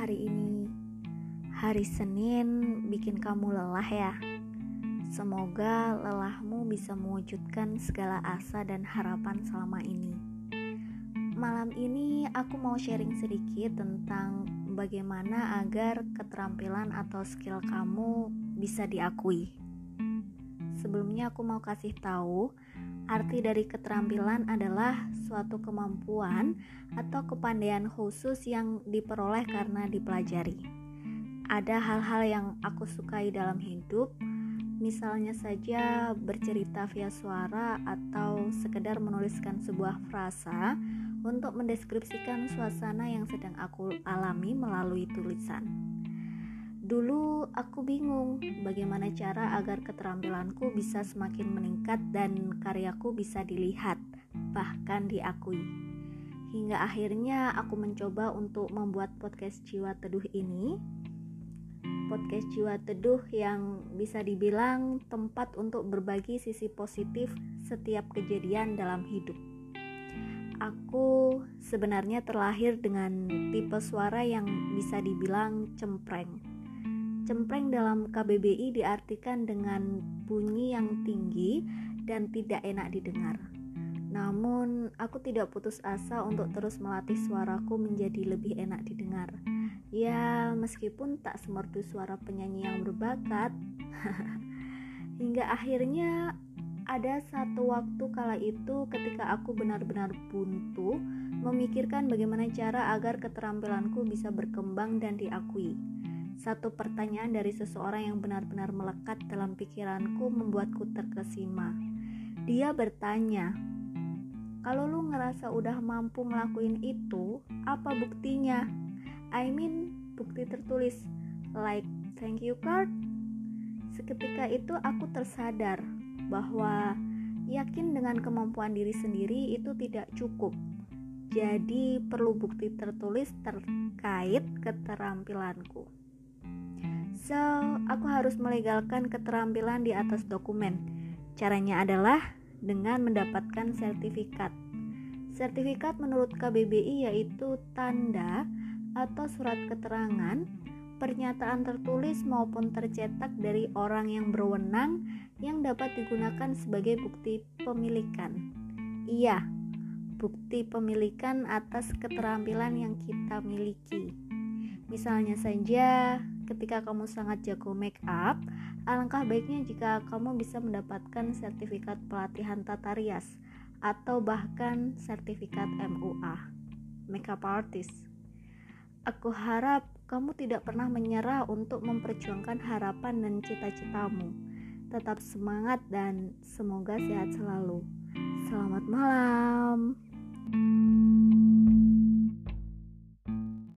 hari ini? Hari Senin bikin kamu lelah ya? Semoga lelahmu bisa mewujudkan segala asa dan harapan selama ini. Malam ini aku mau sharing sedikit tentang bagaimana agar keterampilan atau skill kamu bisa diakui. Sebelumnya aku mau kasih tahu, arti dari keterampilan adalah suatu kemampuan atau kepandaian khusus yang diperoleh karena dipelajari. Ada hal-hal yang aku sukai dalam hidup, misalnya saja bercerita via suara atau sekedar menuliskan sebuah frasa untuk mendeskripsikan suasana yang sedang aku alami melalui tulisan. Dulu aku bingung bagaimana cara agar keterampilanku bisa semakin meningkat dan karyaku bisa dilihat, bahkan diakui. Hingga akhirnya aku mencoba untuk membuat podcast Jiwa Teduh ini. Podcast Jiwa Teduh yang bisa dibilang tempat untuk berbagi sisi positif setiap kejadian dalam hidup. Aku sebenarnya terlahir dengan tipe suara yang bisa dibilang cempreng. Cempreng dalam KBBI diartikan dengan bunyi yang tinggi dan tidak enak didengar. Namun, aku tidak putus asa untuk terus melatih suaraku menjadi lebih enak didengar. Ya, meskipun tak semerdu suara penyanyi yang berbakat. Hingga akhirnya ada satu waktu kala itu ketika aku benar-benar buntu memikirkan bagaimana cara agar keterampilanku bisa berkembang dan diakui. Satu pertanyaan dari seseorang yang benar-benar melekat dalam pikiranku membuatku terkesima. Dia bertanya, "Kalau lu ngerasa udah mampu ngelakuin itu, apa buktinya? I mean, bukti tertulis, like thank you card." Seketika itu aku tersadar bahwa yakin dengan kemampuan diri sendiri itu tidak cukup. Jadi perlu bukti tertulis terkait keterampilanku. So, aku harus melegalkan keterampilan di atas dokumen. Caranya adalah dengan mendapatkan sertifikat. Sertifikat menurut KBBI yaitu tanda atau surat keterangan, pernyataan tertulis maupun tercetak dari orang yang berwenang yang dapat digunakan sebagai bukti pemilikan. Iya, bukti pemilikan atas keterampilan yang kita miliki. Misalnya saja, ketika kamu sangat jago make up, alangkah baiknya jika kamu bisa mendapatkan sertifikat pelatihan tata rias atau bahkan sertifikat MUA, makeup artist. Aku harap kamu tidak pernah menyerah untuk memperjuangkan harapan dan cita-citamu. Tetap semangat dan semoga sehat selalu. Selamat malam.